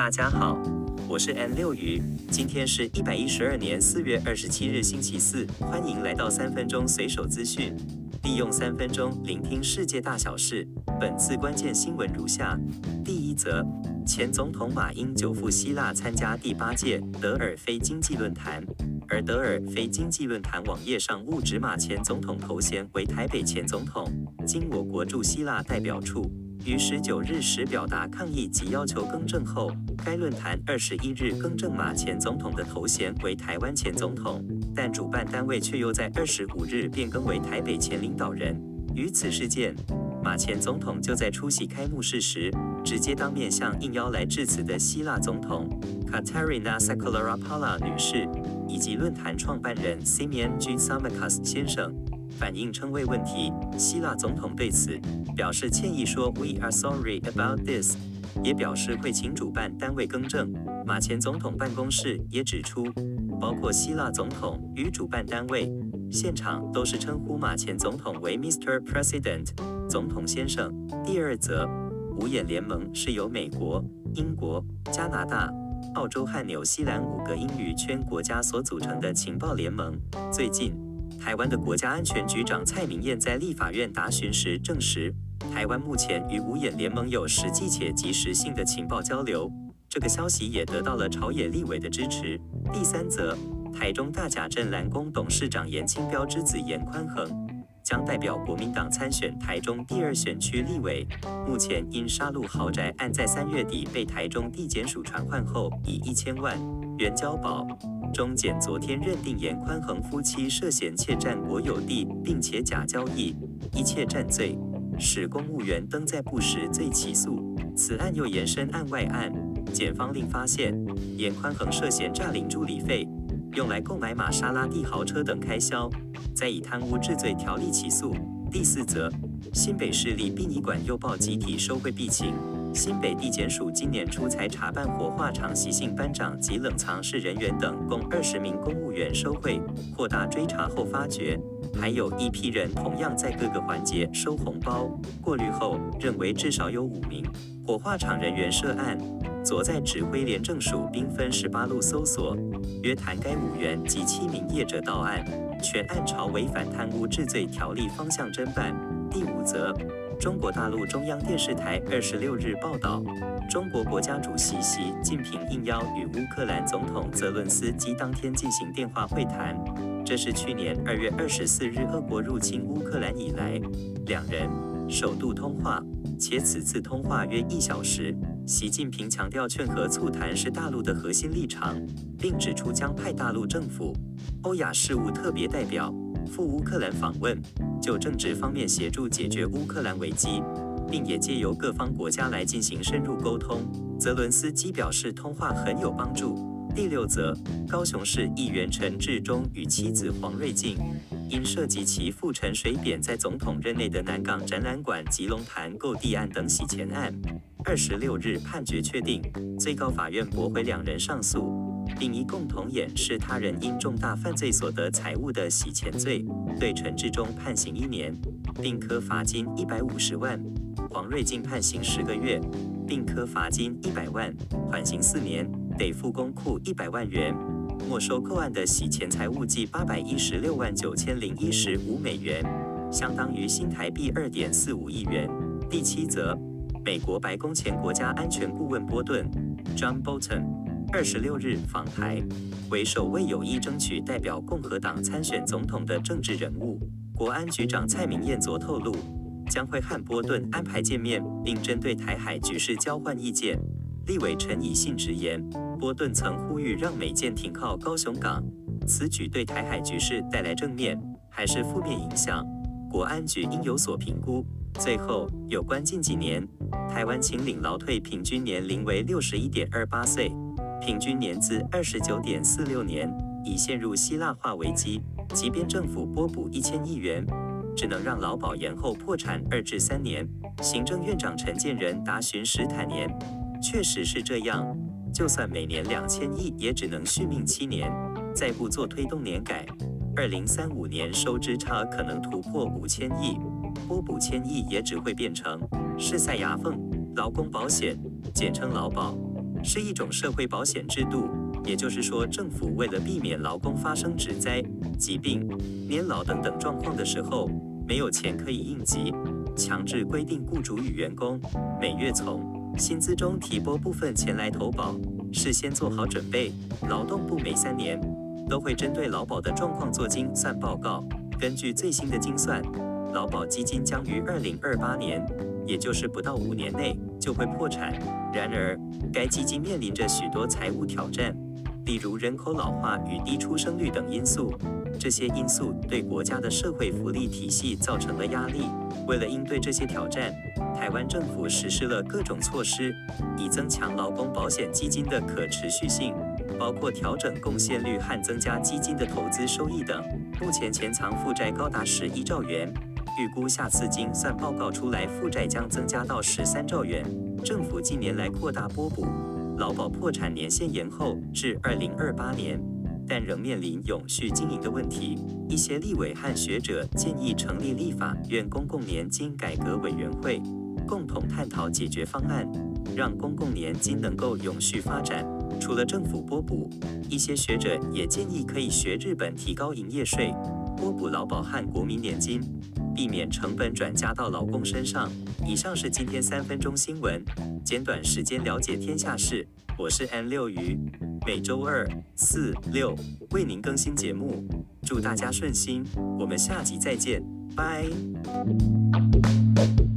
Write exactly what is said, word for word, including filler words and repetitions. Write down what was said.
大家好，我是 N 六鱼，今天是一百一十二年四月二十七日星期四，欢迎来到三分钟随手资讯，利用三分钟聆听世界大小事。本次关键新闻如下：第一则，前总统马英九赴希腊参加第八届德尔菲经济论坛，而德尔菲经济论坛网页上误指马前总统头衔为台北前总统，经我国驻希腊代表处于十九日时表达抗议及要求更正后，该论坛二十一日更正马前总统的头衔为台湾前总统，但主办单位却又在二十五日变更为台北前领导人。于此事件，马前总统就在出席开幕式时，直接当面向应邀来致辞的希腊总统 Katerina Sakellaropoulou 女士以及论坛创办人 Simeon Gitsamakas 先生反映称谓问题。希腊总统对此表示歉意，说 "We are sorry about this"， 也表示会请主办单位更正。马前总统办公室也指出，包括希腊总统与主办单位现场都是称呼马前总统为 Mister President 总统先生。第二则，五眼联盟是由美国、英国、加拿大、澳洲和纽西兰五个英语圈国家所组成的情报联盟。最近，台湾的国家安全局长蔡明彦在立法院答询时证实，台湾目前与五眼联盟有实际且及时性的情报交流。这个消息也得到了朝野立委的支持。第三则，台中大甲镇蓝宫董事长严清标之子严宽恒将代表国民党参选台中第二选区立委。目前因杀戮豪宅案在三月底被台中地检署传唤后，以一千万元交保。中检昨天认定严宽恒夫妻涉嫌窃占国有地，并且假交易，一切占罪，使公务员登载不实罪起诉。此案又延伸案外案，检方另发现严宽恒涉嫌诈领助理费，用来购买玛莎拉蒂豪车等开销，再以贪污治罪条例起诉。第四则，新北市立殡仪馆诱爆集体收贿弊情。新北地检署今年初才查办火化场习性班长及冷藏室人员等共二十名公务员收贿，扩大追查后发觉，还有一批人同样在各个环节收红包。过滤后认为至少有五名火化场人员涉案。左在指挥廉政署兵分十八路搜索，约谈该五员及七名业者到案，全案朝违反贪污治罪条例方向侦办。第五则，中国大陆中央电视台二十六日报道，中国国家主席习近平应邀与乌克兰总统泽伦斯基当天进行电话会谈，这是去年二月二十四日俄国入侵乌克兰以来，两人首度通话，且此次通话约一小时。习近平强调劝和促谈是大陆的核心立场，并指出将派大陆政府欧亚事务特别代表赴乌克兰访问，就政治方面协助解决乌克兰危机，并也借由各方国家来进行深入沟通。泽伦斯基表示通话很有帮助。第六则，高雄市议员陈致中与妻子黄瑞静因涉及其父陈水扁在总统任内的南港展览馆及龙潭购地案等洗钱案，二十六日判决确定，最高法院驳回两人上诉，并以共同掩饰他人因重大犯罪所得财物的洗钱罪，对陈致中判刑一年，并科罚金一百五十万；黄瑞静判刑十个月，并科罚金一百万，缓刑四年，得付公库一百万元。没收扣案的洗钱财物计八百一十六万九千零一十五美元，相当于新台币二点四五亿元。第七则，美国白宫前国家安全顾问波顿 （John Bolton） 二十六日访台，为首位有意争取代表共和党参选总统的政治人物。国安局长蔡明彦昨透露，将会和波顿安排见面，并针对台海局势交换意见。立委陈以信直言，波顿曾呼吁让美舰停靠高雄港，此举对台海局势带来正面还是负面影响，国安局应有所评估。最后，有关近几年台湾青领劳退平均年龄为六十一点二八岁，平均年资二十九点四六年，已陷入希腊化危机。即便政府拨补一千亿元，只能让劳保延后破产二至三年。行政院长陈建仁答询时坦言，确实是这样，就算每年两千亿，也只能续命七年。再不做推动年改，二零三五年收支差可能突破五千亿，拨补千亿也只会变成是塞牙缝。劳工保险，简称劳保， 是一种社会保险制度，也就是说，政府为了避免劳工发生职灾、疾病、年老等等状况的时候，没有钱可以应急，强制规定雇主与员工每月从薪资中提拨部分钱来投保，事先做好准备。劳动部每三年都会针对劳保的状况做精算报告，根据最新的精算，劳保基金将于二零二八年，也就是不到五年内就会破产。然而，该基金面临着许多财务挑战，例如人口老化与低出生率等因素。这些因素对国家的社会福利体系造成了压力。为了应对这些挑战，台湾政府实施了各种措施，以增强劳工保险基金的可持续性，包括调整贡献率和增加基金的投资收益等。目前潜藏负债高达十一兆元，预估下次精算报告出来，负债将增加到十三兆元。政府近年来扩大拨补，劳保破产年限延后至二零二八年，但仍面临永续经营的问题。一些立委和学者建议成立立法院公共年金改革委员会，共同探讨解决方案，让公共年金能够永续发展。除了政府拨补，一些学者也建议可以学日本提高营业税，拨补劳保和国民年金，避免成本转嫁到劳工身上。以上是今天三分钟新闻，简短时间了解天下事。我是 N 六鱼，每周二、四、六为您更新节目，祝大家顺心，我们下集再见，拜。